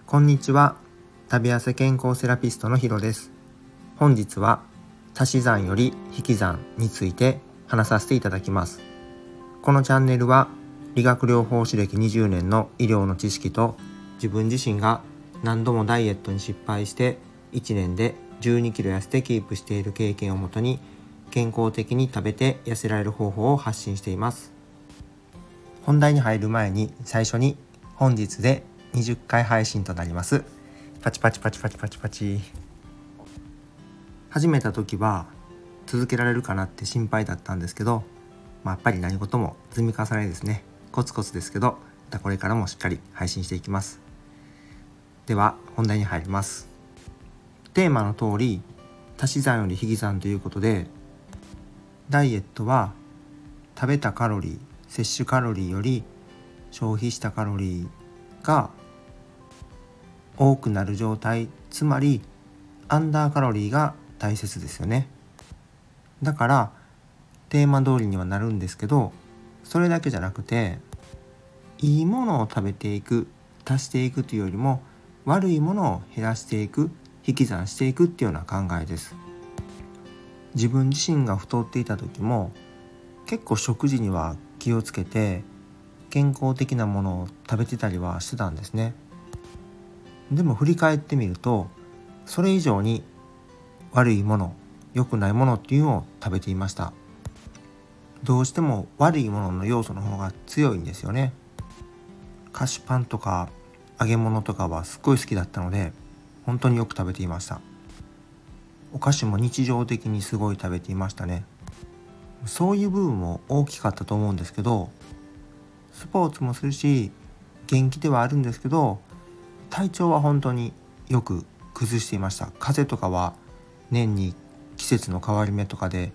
こんにちは。食べ痩せ健康セラピストのヒロです。本日は足し算より引き算について話させていただきます。このチャンネルは理学療法士歴20年の医療の知識と自分自身が何度もダイエットに失敗して1年で12キロ痩せてキープしている経験をもとに健康的に食べて痩せられる方法を発信しています。本題に入る前に最初に本日で20回配信となります。パチパチパチパチパチパチ。始めた時は続けられるかなって心配だったんですけど、やっぱり何事も積み重ねですね。コツコツですけど、またこれからもしっかり配信していきます。では本題に入ります。テーマの通り、足し算より引き算ということで、ダイエットは食べたカロリー、摂取カロリーより消費したカロリーが多くなる状態、つまりアンダーカロリーが大切ですよね。だからテーマ通りにはなるんですけど、それだけじゃなくて、いいものを食べていく、足していくというよりも悪いものを減らしていく、引き算していくっていうような考えです。自分自身が太っていた時も結構食事には気をつけて健康的なものを食べてたりはしてたんですね。でも振り返ってみると、それ以上に悪いもの、良くないものっていうのを食べていました。どうしても悪いものの要素の方が強いんですよね。菓子パンとか揚げ物とかはすっごい好きだったので、本当によく食べていました。お菓子も日常的にすごい食べていましたね。そういう部分も大きかったと思うんですけど、スポーツもするし元気ではあるんですけど、体調は本当によく崩していました。風邪とかは年に季節の変わり目とかで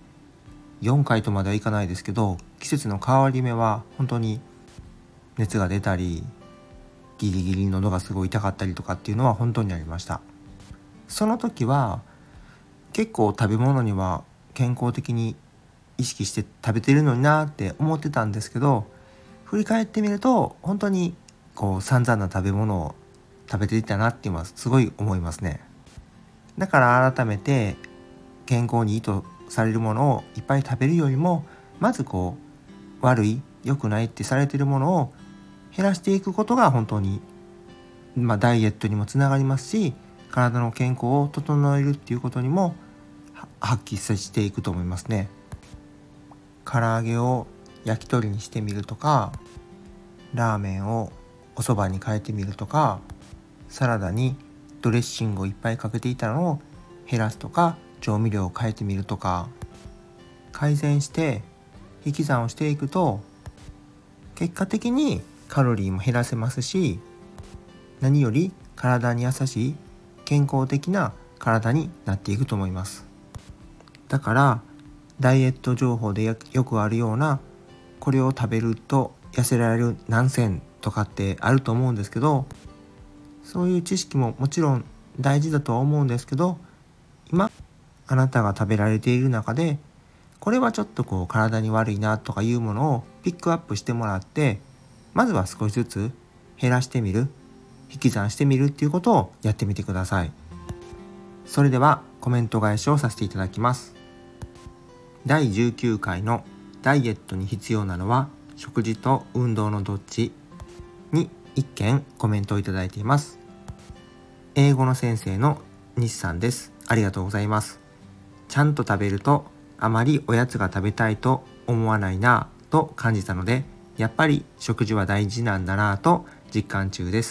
4回とまではいかないですけど、季節の変わり目は本当に熱が出たり、ギリギリ喉がすごい痛かったりとかっていうのは本当にありました。その時は結構食べ物には健康的に意識して食べてるのになって思ってたんですけど、振り返ってみると本当に散々な食べ物を食べていたなっていうのはすごい思いますね。だから改めて健康にいいとされるものをいっぱい食べるよりも、まず悪い、良くないってされているものを減らしていくことが本当に、ダイエットにもつながりますし、体の健康を整えるっていうことにも発揮していくと思いますね。唐揚げを焼き鳥にしてみるとか、ラーメンをお蕎麦に変えてみるとか、サラダにドレッシングをいっぱいかけていたのを減らすとか、調味料を変えてみるとか、改善して引き算をしていくと、結果的にカロリーも減らせますし、何より体に優しい健康的な体になっていくと思います。だからダイエット情報でよくあるような、これを食べると痩せられる何選とかってあると思うんですけど、そういう知識ももちろん大事だとは思うんですけど、今あなたが食べられている中で、これはちょっと体に悪いなとかいうものをピックアップしてもらって、まずは少しずつ減らしてみる、引き算してみるっていうことをやってみてください。それではコメント返しをさせていただきます。第19回のダイエットに必要なのは食事と運動のどっちに1件コメントをいただいています。英語の先生の西さんです。ありがとうございます。ちゃんと食べるとあまりおやつが食べたいと思わないなぁと感じたので、やっぱり食事は大事なんだなぁと実感中です。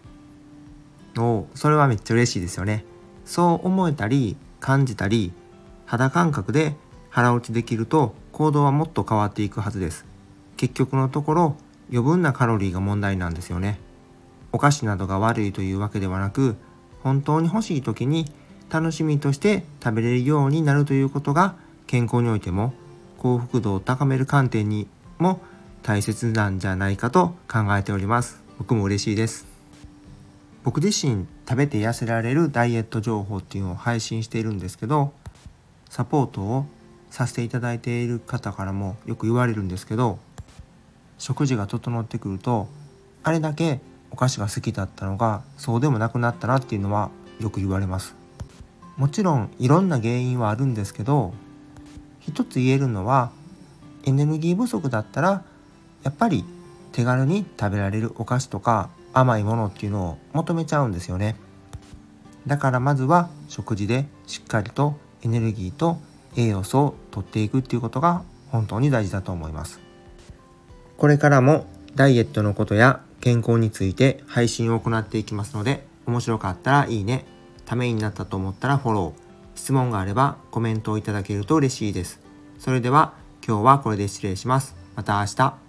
それはめっちゃ嬉しいですよね。そう思えたり感じたり、肌感覚で腹落ちできると行動はもっと変わっていくはずです。結局のところ余分なカロリーが問題なんですよね。お菓子などが悪いというわけではなく、本当に欲しい時に楽しみとして食べれるようになるということが、健康においても幸福度を高める観点にも大切なんじゃないかと考えております。僕も嬉しいです。僕自身食べて痩せられるダイエット情報っていうのを配信しているんですけど、サポートをさせていただいている方からもよく言われるんですけど、食事が整ってくるとあれだけお菓子が好きだったのがそうでもなくなったなっていうのはよく言われます。もちろんいろんな原因はあるんですけど、一つ言えるのはエネルギー不足だったらやっぱり手軽に食べられるお菓子とか甘いものっていうのを求めちゃうんですよね。だからまずは食事でしっかりとエネルギーと栄養素を取っていくっていうことが本当に大事だと思います。これからもダイエットのことや健康について配信を行っていきますので、面白かったらいいね、ためになったと思ったらフォロー、質問があればコメントをいただけると嬉しいです。それでは今日はこれで失礼します。また明日。